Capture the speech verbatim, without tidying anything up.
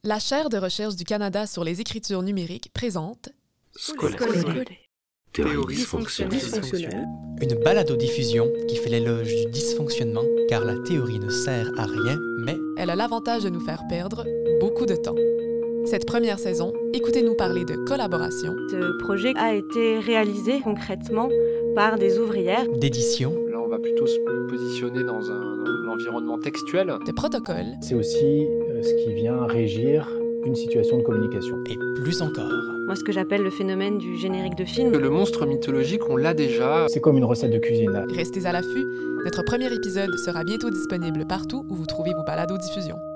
La chaire de recherche du Canada sur les écritures numériques présente Scolastique. Théorie dysfonctionnelle. Une balado-diffusion qui fait l'éloge du dysfonctionnement car la théorie ne sert à rien, mais elle a l'avantage de nous faire perdre beaucoup de temps. Cette première saison, écoutez-nous parler de collaboration. Ce projet a été réalisé concrètement par des ouvrières. D'édition. Là, on va plutôt se positionner dans un, un environnement textuel. De protocole. C'est aussi euh, ce qui vient régir une situation de communication. Et plus encore. Moi, ce que j'appelle le phénomène du générique de film. Le monstre mythologique, on l'a déjà. C'est comme une recette de cuisine, là. Restez à l'affût, notre premier épisode sera bientôt disponible partout où vous trouvez vos balados-diffusions.